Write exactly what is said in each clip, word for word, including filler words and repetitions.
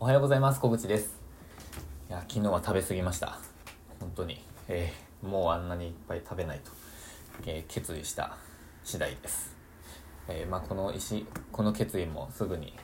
おはようございます。小口です。いや昨日は食べ過ぎました。本当に、えー、もうあんなにいっぱい食べないと、えー、決意した次第です。えーまあ、この意思この決意もすぐに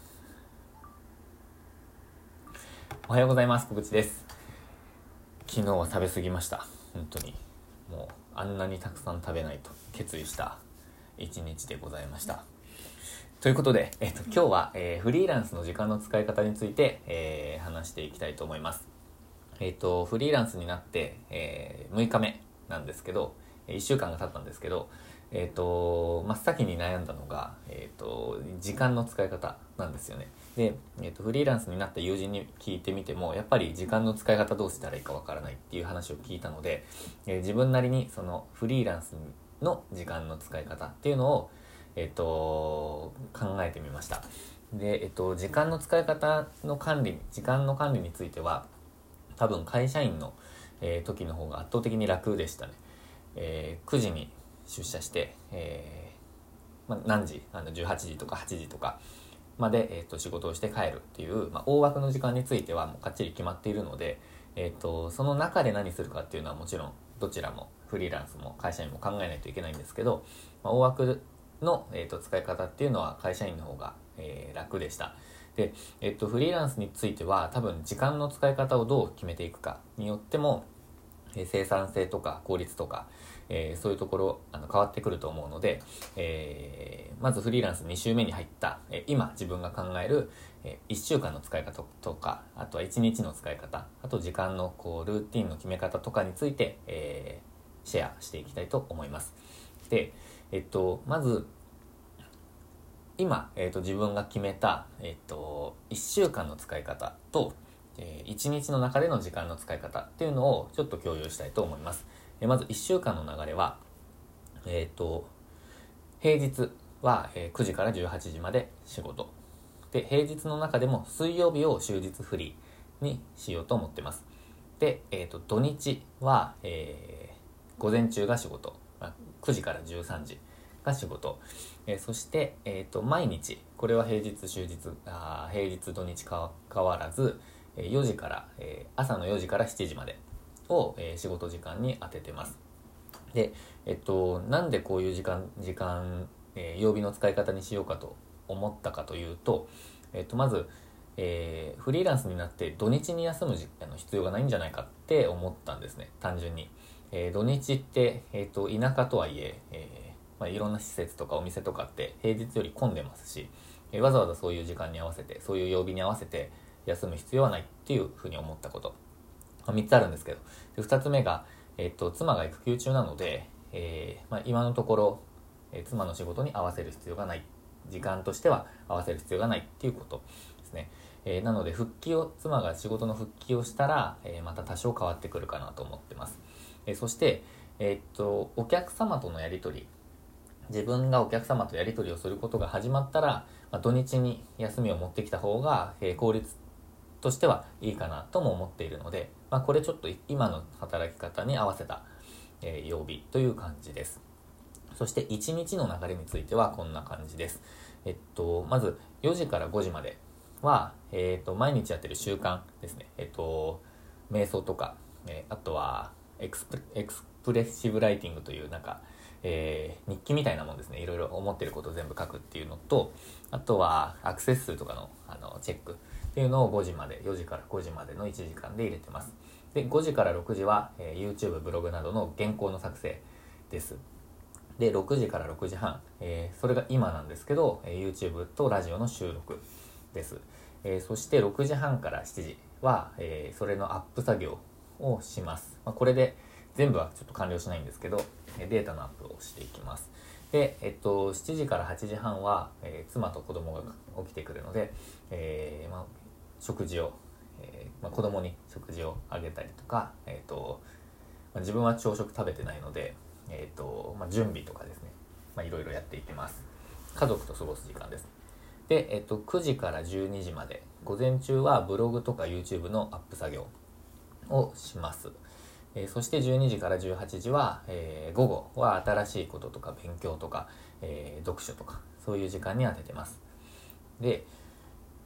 おはようございます。小口です。昨日は食べ過ぎました。本当にもうあんなにたくさん食べないと決意した一日でございました。ということで、えっと、今日は、えー、フリーランスの時間の使い方について、えー、話していきたいと思います。えっと、フリーランスになって、えー、むいかめなんですけど、いっしゅうかんが経ったんですけど、えっと、真っ先に悩んだのが、えっと、時間の使い方なんですよね。で、えっと、フリーランスになった友人に聞いてみても、やっぱり時間の使い方どうしたらいいかわからないっていう話を聞いたので、えー、自分なりにそのフリーランスの時間の使い方っていうのをえっと、考えてみました。で、えっと、時間の使い方の管理、時間の管理については、多分会社員の、えー、時の方が圧倒的に楽でしたね。えー、くじに出社して、えーまあ、何時あのじゅうはちじとかはちじとかまで、えー、と仕事をして帰るっていう、まあ、大枠の時間についてはもうかっちり決まっているので、えー、とその中で何するかっていうのはもちろんどちらもフリーランスも会社員も考えないといけないんですけど、まあ、大枠の、えー、と使い方っていうのは会社員の方が、えー、楽でした。で、えっと、フリーランスについては多分時間の使い方をどう決めていくかによっても、えー、生産性とか効率とか、えー、そういうところあの変わってくると思うので、えー、まずフリーランスに週目に入った、えー、今自分が考える、えー、いっしゅうかんの使い方とか、あとはいちにちの使い方、あと時間のこうルーティンの決め方とかについて、えー、シェアしていきたいと思います。で、えっと、まず今、えー、と自分が決めた、えー、といっしゅうかんの使い方と、えー、いちにちの中での時間の使い方っていうのをちょっと共有したいと思います。えー、まずいっしゅうかんの流れは、えー、と平日は、えー、くじからじゅうはちじまで仕事で、平日の中でも水曜日を終日フリーにしようと思ってます。で、えー、と土日は、えー、午前中が仕事、まあ、くじからじゅうさんじが仕事、えー、そして、えー、と毎日これは平日終日あ平日土日か変わらずよじから、えー、朝のよじからしちじまでを、えー、仕事時間に当ててます。で、えっと、なんでこういう時間時間、えー、曜日の使い方にしようかと思ったかというと、えっと、まず、えー、フリーランスになって土日に休むあの必要がないんじゃないかって思ったんですね。単純に、えー、土日って、えー、と田舎とはいええーまあ、いろんな施設とかお店とかって平日より混んでますし、えー、わざわざそういう時間に合わせてそういう曜日に合わせて休む必要はないっていうふうに思ったこと、まあ、みっつあるんですけど、でふたつめが、えー、と妻が育休中なので、えーまあ、今のところ、えー、妻の仕事に合わせる必要がない、時間としては合わせる必要がないっていうことですね。えー、なので復帰を妻が仕事の復帰をしたら、えー、また多少変わってくるかなと思ってます。えー、そして、えー、っとお客様とのやり取り、自分がお客様とやり取りをすることが始まったら、まあ、土日に休みを持ってきた方が、えー、効率としてはいいかなとも思っているので、まあ、これちょっと今の働き方に合わせた、えー、曜日という感じです。そしていちにちの流れについてはこんな感じです。えっと、まずよじからごじまでは、えっと、毎日やってる習慣ですね。えっと、瞑想とか、えー、あとはエクスプ、エクスプレッシブライティングというなんか、えー、日記みたいなもんですね。いろいろ思ってることを全部書くっていうのと、あとはアクセス数とかの、あのチェックっていうのをごじまで、よじからごじまでのいちじかんで入れてます。で、ごじからろくじは、えー、YouTube、ブログなどの原稿の作成です。で、ろくじからろくじはん、えー、それが今なんですけど、えー、YouTube とラジオの収録です。えー、そしてろくじはんからしちじは、えー、それのアップ作業をします。まあ、これで全部はちょっと完了しないんですけど、データのアップをしていきます。で、えっと、しちじからはちじはんは、えー、妻と子供が起きてくるので、えーまあ、食事を、えーまあ、子供に食事をあげたりとか、えーとまあ、自分は朝食食べてないので、えーとまあ、準備とかですね、まあ、いろいろやっていきます。家族と過ごす時間です。で、えっと、くじからじゅうにじまで午前中はブログとか YouTube のアップ作業をします。えー、そしてじゅうにじからじゅうはちじは、えー、午後は新しいこととか勉強とか、えー、読書とかそういう時間に当ててます。で、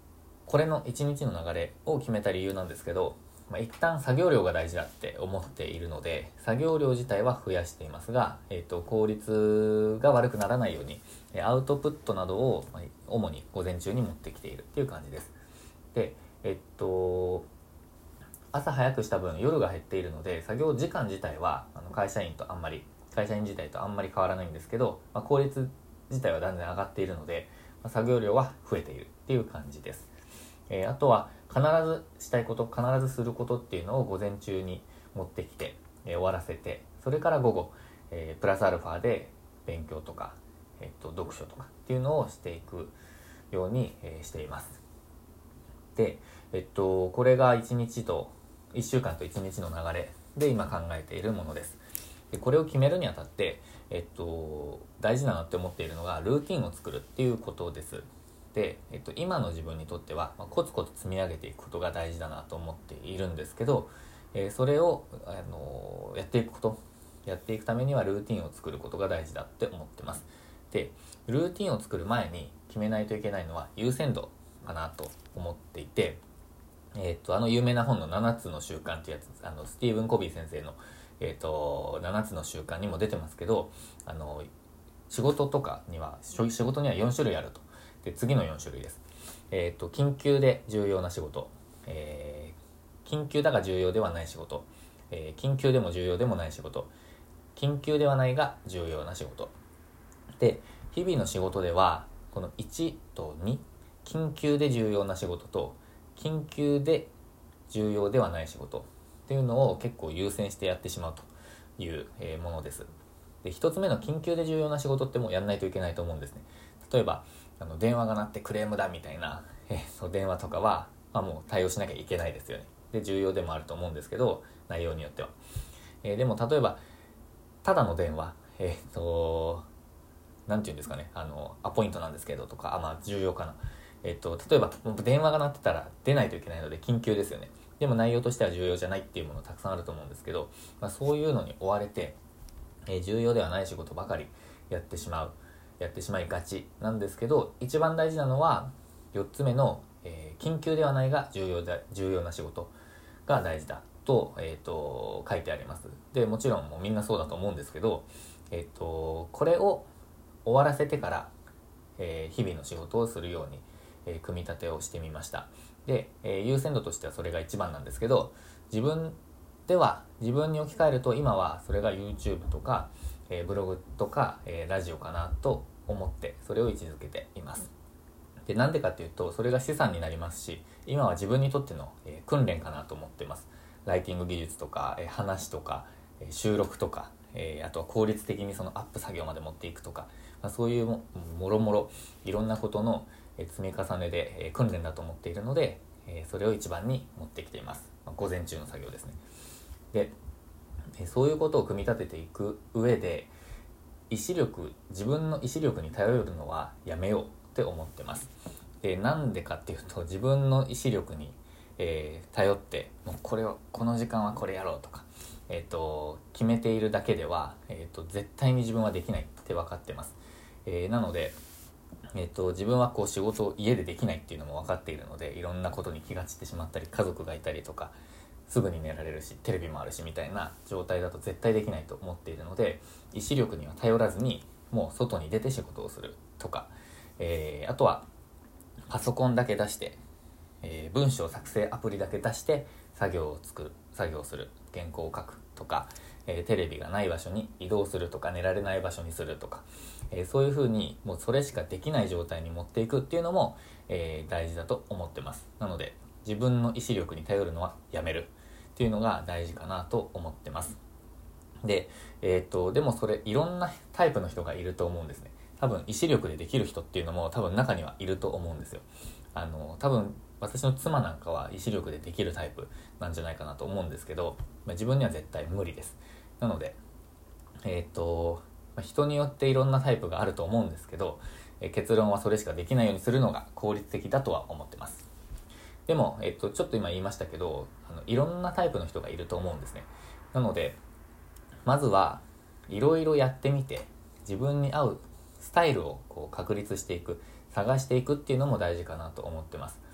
これの一日の流れを決めた理由なんですけど、まあ、一旦作業量が大事だって思っているので作業量自体は増やしていますが、えーと、効率が悪くならないようにアウトプットなどを主に午前中に持ってきているっていう感じです。で、えっと朝早くした分夜が減っているので作業時間自体はあの会社員とあんまり会社員自体とあんまり変わらないんですけど、まあ、効率自体はだんだん上がっているので、まあ、作業量は増えているっていう感じです。えー、あとは必ずしたいこと必ずすることっていうのを午前中に持ってきて、えー、終わらせてそれから午後、えー、プラスアルファで勉強とか、えー、と読書とかっていうのをしていくように、えー、しています。で、えっと、これがいちにちといっしゅうかんといちにちの流れで今考えているものです。でこれを決めるにあたって、えっと、大事だなって思っているのがルーティンを作るっていうことです。で、えっと、今の自分にとっては、まあ、コツコツ積み上げていくことが大事だなと思っているんですけど、えー、それを、あのー、やっていくことやっていくためにはルーティンを作ることが大事だって思ってます。で、ルーティンを作る前に決めないといけないのは優先度かなと思っていて、えー、とあの有名な本のななつの習慣っていうやつ、あのスティーブン・コビー先生の、えー、とななつの習慣にも出てますけど、あの仕事とかには仕事にはよんしゅるいあると。で次のよんしゅるいです。えー、と緊急で重要な仕事、えー、緊急だが重要ではない仕事、えー、緊急でも重要でもない仕事、緊急ではないが重要な仕事で、日々の仕事ではこのいちとに、緊急で重要な仕事と緊急で重要ではない仕事っていうのを結構優先してやってしまうというものです。で、ひとつめの緊急で重要な仕事ってもうやんないといけないと思うんですね。例えばあの電話が鳴ってクレームだみたいな、えー、電話とかは、まあ、もう対応しなきゃいけないですよね。で重要でもあると思うんですけど、内容によっては、えー、でも例えばただの電話、えー、っとなんていうんですかね、あのアポイントなんですけどとか、あ、まあ重要かな、えー、っと例えば電話が鳴ってたら出ないといけないので緊急ですよね。でも内容としては重要じゃないっていうものたくさんあると思うんですけど、まあ、そういうのに追われて、えー、重要ではない仕事ばかりやってしまうやってしまいがちなんですけど、一番大事なのはよっつめの、えー、緊急ではないが重要で重要な仕事が大事だと、えー、と書いてあります。でもちろんもうみんなそうだと思うんですけど、えー、とこれを終わらせてから、えー、日々の仕事をするように、えー、組み立てをしてみました。で、えー、優先度としてはそれが一番なんですけど、自分では自分に置き換えると今はそれが YouTube とか、えー、ブログとか、えー、ラジオかなと思ってそれを位置づけています。で、なんでかっていうとそれが資産になりますし、今は自分にとっての、えー、訓練かなと思っています。ライティング技術とか、えー、話とか、えー、収録とか、えー、あとは効率的にそのアップ作業まで持っていくとか、まあ、そういう も, もろもろいろんなことの積み重ねで、えー、訓練だと思っているので、えー、それを一番に持ってきています。まあ、午前中の作業ですね。で、そういうことを組み立てていく上で意志力自分の意志力に頼るのはやめようって思ってます。で、なんでかっていうと自分の意志力に、えー、頼ってもうこれをこの時間はこれやろうとか、えー、と決めているだけでは、えー、と絶対に自分はできないって分かってます。えー、なので、えー、と自分はこう仕事を家でできないっていうのも分かっているので、いろんなことに気が散ってしまったり家族がいたりとかすぐに寝られるしテレビもあるしみたいな状態だと絶対できないと思っているので、意志力には頼らずにもう外に出て仕事をするとか、えー、あとはパソコンだけ出して、えー、文章作成アプリだけ出して作業を作る作業する原稿を書くとか、えー、テレビがない場所に移動するとか寝られない場所にするとか、えー、そういう風にもうそれしかできない状態に持っていくっていうのも、えー、大事だと思ってます。なので自分の意志力に頼るのはやめるっていうのが大事かなと思ってます。で、えー、っとでもそれいろんなタイプの人がいると思うんですね。多分意志力でできる人っていうのも多分中にはいると思うんですよ。あの多分私の妻なんかは意志力でできるタイプなんじゃないかなと思うんですけど、まあ、自分には絶対無理です。なので、えー、っと人によっていろんなタイプがあると思うんですけど、えー、結論はそれしかできないようにするのが効率的だとは思ってます。でも、えっと、ちょっと今言いましたけど、あのいろんなタイプの人がいると思うんですね。なのでまずはいろいろやってみて自分に合うスタイルをこう確立していく、探していくっていうのも大事かなと思ってます。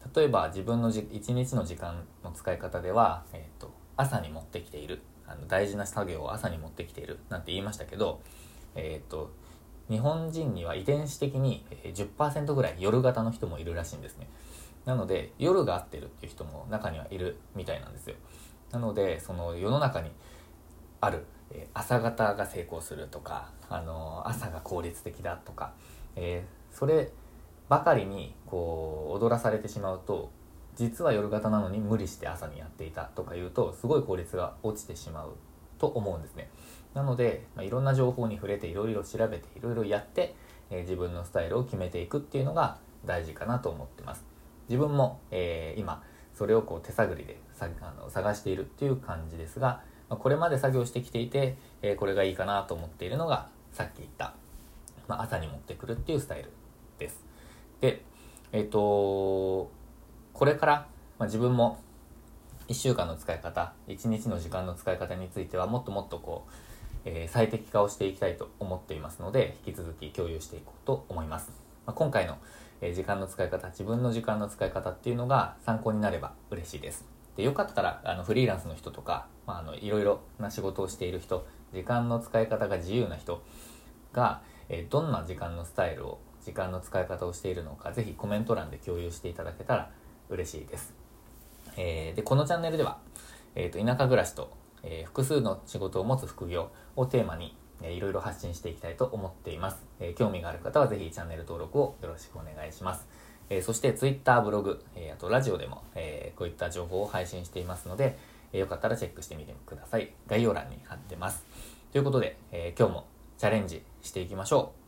例えば自分のじいちにちの時間の使い方では、えーと、朝に持ってきている、あの大事な作業を朝に持ってきているなんて言いましたけど、えーと、日本人には遺伝子的に じゅっパーセント ぐらい夜型の人もいるらしいんですね。なので夜が合ってるっていう人も中にはいるみたいなんですよ。なのでその世の中にある、えー、朝型が成功するとか、あのー、朝が効率的だとか、えー、そればかりにこう踊らされてしまうと、実は夜型なのに無理して朝にやっていたとかいうとすごい効率が落ちてしまうと思うんですね。なので、まあ、いろんな情報に触れていろいろ調べていろいろやって、えー、自分のスタイルを決めていくっていうのが大事かなと思ってます。自分も、えー、今それをこう手探りでさあの探しているっていう感じですが、まあ、これまで作業してきていて、えー、これがいいかなと思っているのがさっき言った、まあ、朝に持ってくるっていうスタイルです。で、えっとこれから、まあ、自分もいっしゅうかんの使い方、いちにちの時間の使い方についてはもっともっとこう、えー、最適化をしていきたいと思っていますので、引き続き共有していこうと思います。まあ、今回の、えー、時間の使い方、自分の時間の使い方っていうのが参考になれば嬉しいです。で、よかったらあのフリーランスの人とか、まあ、あのいろいろな仕事をしている人、時間の使い方が自由な人が、えー、どんな時間のスタイルを時間の使い方をしているのか、ぜひコメント欄で共有していただけたら嬉しいです。えー、でこのチャンネルでは、えー、と田舎暮らしと、えー、複数の仕事を持つ副業をテーマに、えー、いろいろ発信していきたいと思っています。えー、興味がある方はぜひチャンネル登録をよろしくお願いします。えー、そして Twitter、ブログ、えー、あとラジオでも、えー、こういった情報を配信していますので、えー、よかったらチェックしてみてください。概要欄に貼ってます。ということで、えー、今日もチャレンジしていきましょう。